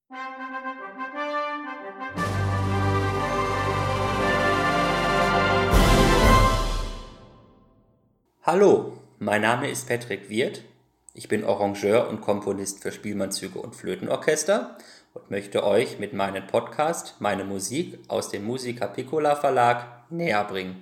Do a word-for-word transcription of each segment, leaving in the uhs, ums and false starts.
Hallo, mein Name ist Patrick Wirth. Ich bin Arrangeur und Komponist für Spielmannszüge und Flötenorchester und möchte euch mit meinem Podcast meine Musik aus dem Musica Piccola Verlag näher bringen.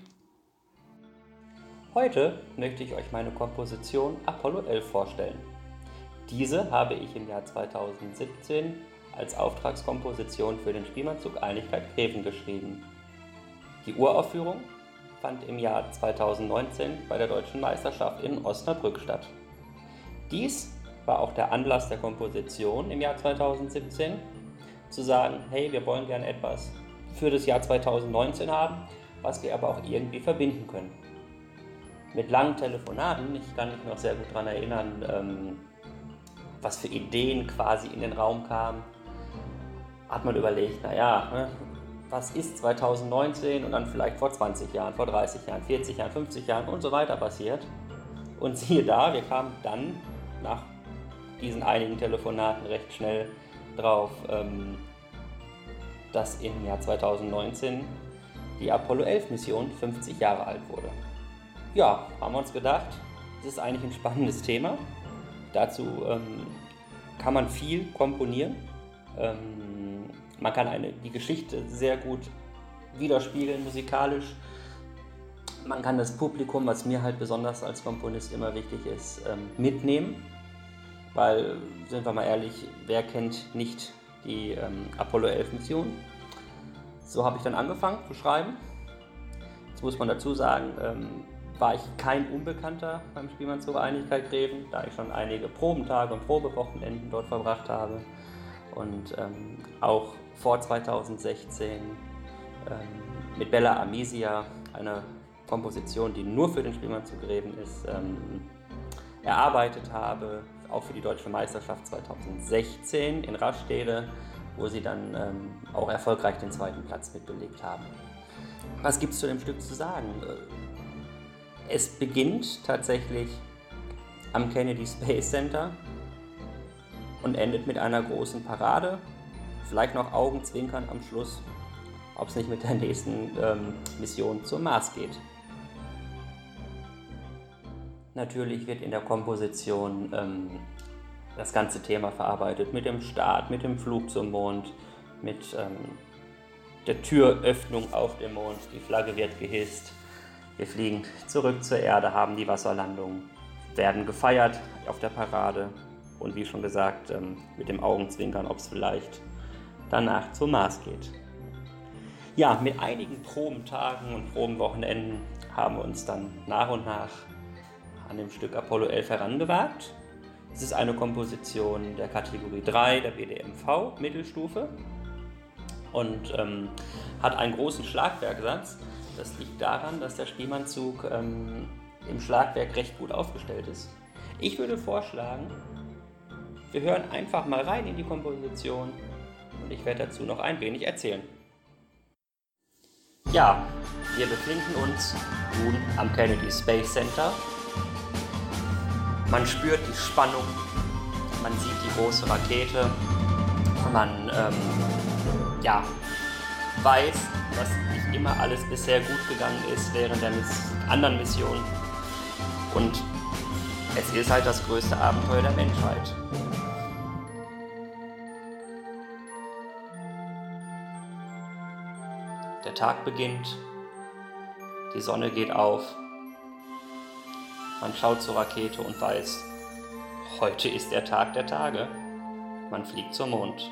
Heute möchte ich euch meine Komposition Apollo elf vorstellen. Diese habe ich im Jahr zweitausendsiebzehn als Auftragskomposition für den Spielmannzug Einigkeit Greven geschrieben. Die Uraufführung fand im Jahr zweitausendneunzehn bei der Deutschen Meisterschaft in Osnabrück statt. Dies war auch der Anlass der Komposition im Jahr zweitausendsiebzehn, zu sagen, hey, wir wollen gerne etwas für das Jahr zweitausendneunzehn haben, was wir aber auch irgendwie verbinden können. Mit langen Telefonaten, ich kann mich noch sehr gut daran erinnern, ähm, was für Ideen quasi in den Raum kamen, hat man überlegt, naja, ne, was ist zweitausendneunzehn und dann vielleicht vor zwanzig Jahren, vor dreißig Jahren, vierzig Jahren, fünfzig Jahren und so weiter passiert. Und siehe da, wir kamen dann nach diesen einigen Telefonaten recht schnell drauf, ähm, dass im Jahr zweitausendneunzehn die Apollo elf Mission fünfzig Jahre alt wurde. Ja, haben wir uns gedacht, das ist eigentlich ein spannendes Thema. Dazu ähm, kann man viel komponieren. Ähm, man kann eine, die Geschichte sehr gut widerspiegeln musikalisch. Man kann das Publikum, was mir halt besonders als Komponist immer wichtig ist, ähm, mitnehmen. Weil, sind wir mal ehrlich, wer kennt nicht die ähm, Apollo elf Mission? So habe ich dann angefangen zu schreiben. Jetzt muss man dazu sagen, ähm, war ich kein Unbekannter beim Spielmannszug Einigkeit Greven, da ich schon einige Probentage und Probewochenenden dort verbracht habe und ähm, auch vor zweitausendsechzehn ähm, mit Bella Amisia, eine Komposition, die nur für den Spielmannszug Greven ist, ähm, erarbeitet habe, auch für die Deutsche Meisterschaft zweitausendsechzehn in Rastede, wo sie dann ähm, auch erfolgreich den zweiten Platz mitbelegt haben. Was gibt es zu dem Stück zu sagen? Es beginnt tatsächlich am Kennedy Space Center und endet mit einer großen Parade, vielleicht noch Augenzwinkern am Schluss, ob es nicht mit der nächsten ähm, Mission zum Mars geht. Natürlich wird in der Komposition ähm, das ganze Thema verarbeitet, mit dem Start, mit dem Flug zum Mond, mit ähm, der Türöffnung auf dem Mond, die Flagge wird gehisst. Wir fliegen zurück zur Erde, haben die Wasserlandung, werden gefeiert auf der Parade und wie schon gesagt, mit dem Augenzwinkern, ob es vielleicht danach zum Mars geht. Ja, mit einigen Probentagen und Probenwochenenden haben wir uns dann nach und nach an dem Stück Apollo elf herangewagt. Es ist eine Komposition der Kategorie drei der B D M V Mittelstufe und ähm, hat einen großen Schlagwerksatz. Das liegt daran, dass der Spielmannzug ähm, im Schlagwerk recht gut aufgestellt ist. Ich würde vorschlagen, wir hören einfach mal rein in die Komposition und ich werde dazu noch ein wenig erzählen. Ja, wir befinden uns nun am Kennedy Space Center. Man spürt die Spannung, man sieht die große Rakete, man ähm, ja, weiß, dass nicht immer alles bisher gut gegangen ist während der Miss- anderen Missionen. Und es ist halt das größte Abenteuer der Menschheit. Der Tag beginnt, die Sonne geht auf, man schaut zur Rakete und weiß, heute ist der Tag der Tage, man fliegt zum Mond.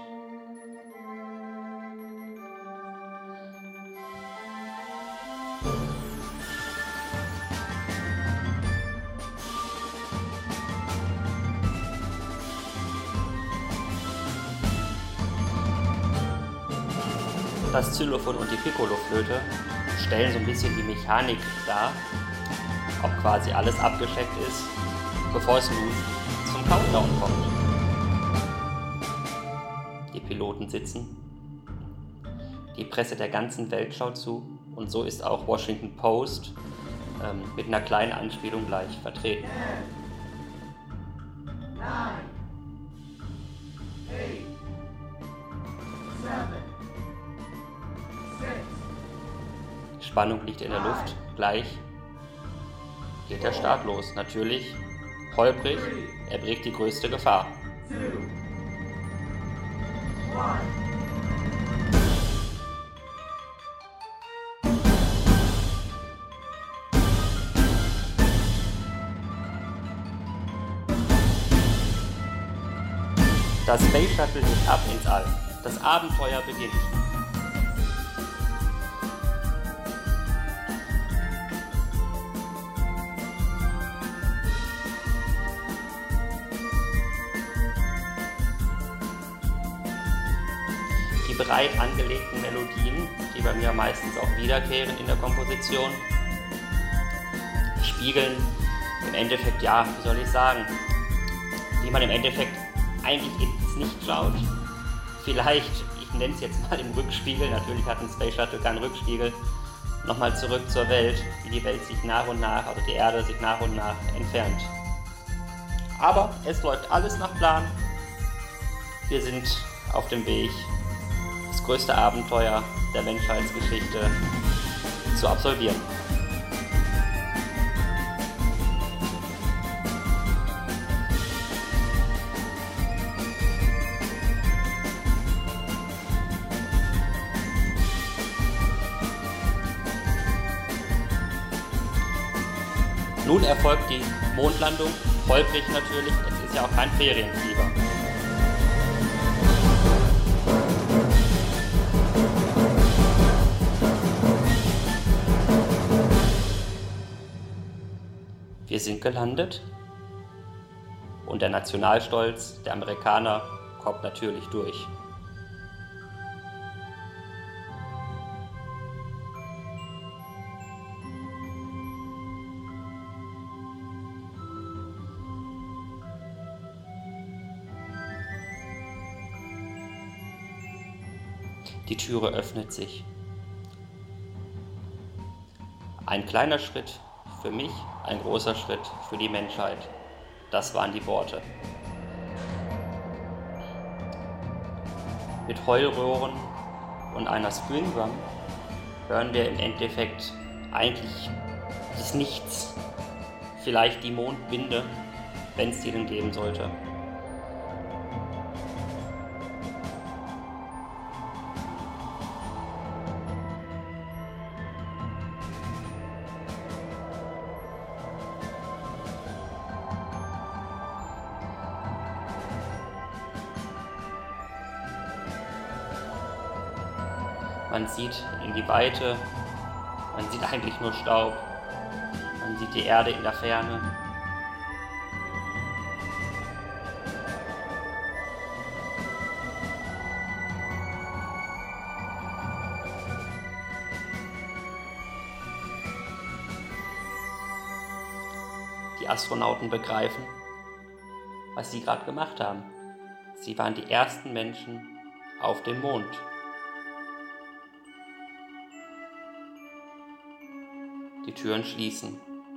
Das Xylophon und die Piccoloflöte stellen so ein bisschen die Mechanik dar, ob quasi alles abgecheckt ist, bevor es nun zum Countdown kommt. Die Piloten sitzen, die Presse der ganzen Welt schaut zu und so ist auch Washington Post ähm, mit einer kleinen Anspielung gleich vertreten. Spannung liegt in der Luft. Gleich geht der Start los. Natürlich holprig, er birgt die größte Gefahr. Das Space Shuttle geht ab ins All. Das Abenteuer beginnt. Die breit angelegten Melodien, die bei mir meistens auch wiederkehren in der Komposition, spiegeln im Endeffekt, ja, wie soll ich sagen, wie man im Endeffekt eigentlich ins Nicht schaut. Vielleicht, ich nenne es jetzt mal im Rückspiegel, natürlich hat ein Space Shuttle keinen Rückspiegel, nochmal zurück zur Welt, wie die Welt sich nach und nach, also die Erde sich nach und nach entfernt. Aber es läuft alles nach Plan. Wir sind auf dem Weg, das größte Abenteuer der Menschheitsgeschichte zu absolvieren. Nun erfolgt die Mondlandung, holprig natürlich, es ist ja auch kein Ferienflieger. Wir sind gelandet und der Nationalstolz der Amerikaner kommt natürlich durch. Die Türe öffnet sich. Ein kleiner Schritt für mich, ein großer Schritt für die Menschheit. Das waren die Worte. Mit Heulrohren und einer String Drum hören wir im Endeffekt eigentlich das Nichts. Vielleicht die Mondwinde, wenn es die denn geben sollte. Man sieht in die Weite, man sieht eigentlich nur Staub, man sieht die Erde in der Ferne. Die Astronauten begreifen, was sie gerade gemacht haben. Sie waren die ersten Menschen auf dem Mond. Die Türen schließen.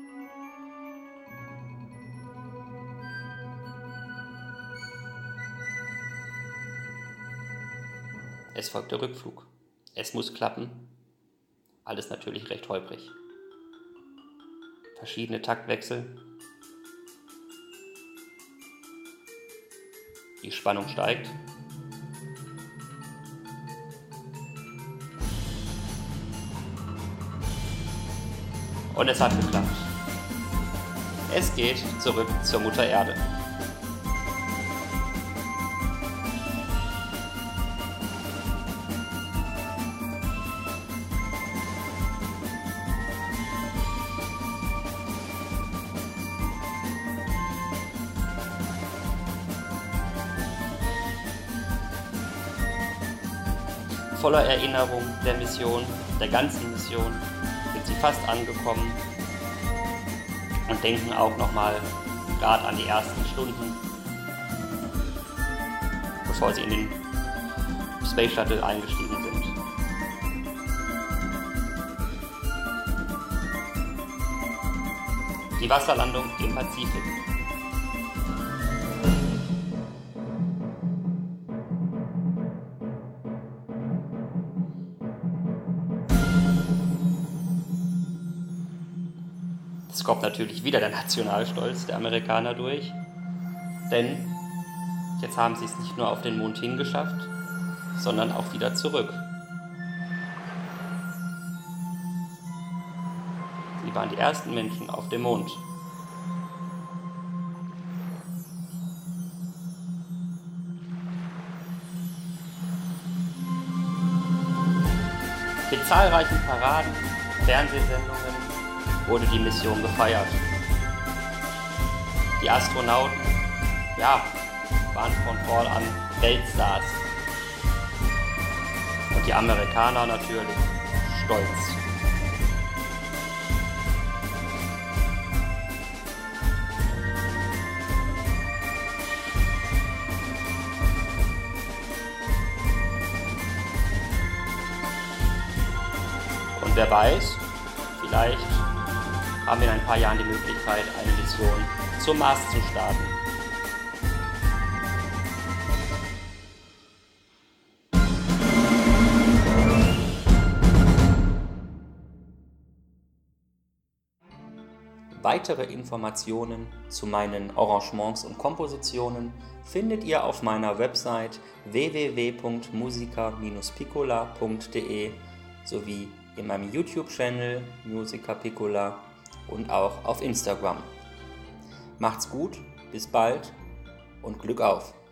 Es folgt der Rückflug. Es muss klappen. Alles natürlich recht holprig. Verschiedene Taktwechsel. Die Spannung steigt. Und es hat geklappt. Es geht zurück zur Mutter Erde. Voller Erinnerung der Mission, der ganzen Mission, sind sie fast angekommen und denken auch nochmal gerade an die ersten Stunden, bevor sie in den Space Shuttle eingestiegen sind. Die Wasserlandung im Pazifik. Es kommt natürlich wieder der Nationalstolz der Amerikaner durch, denn jetzt haben sie es nicht nur auf den Mond hingeschafft, sondern auch wieder zurück. Sie waren die ersten Menschen auf dem Mond. Mit zahlreichen Paraden, Fernsehsendungen wurde die Mission gefeiert. Die Astronauten, ja, waren von vorn an Weltstars. Und die Amerikaner natürlich stolz. Und wer weiß, vielleicht haben wir in ein paar Jahren die Möglichkeit, eine Mission zum Mars zu starten. Weitere Informationen zu meinen Arrangements und Kompositionen findet ihr auf meiner Website w w w punkt musica Bindestrich piccola punkt de sowie in meinem YouTube-Channel Musica Piccola und auch auf Instagram. Macht's gut, bis bald und Glück auf!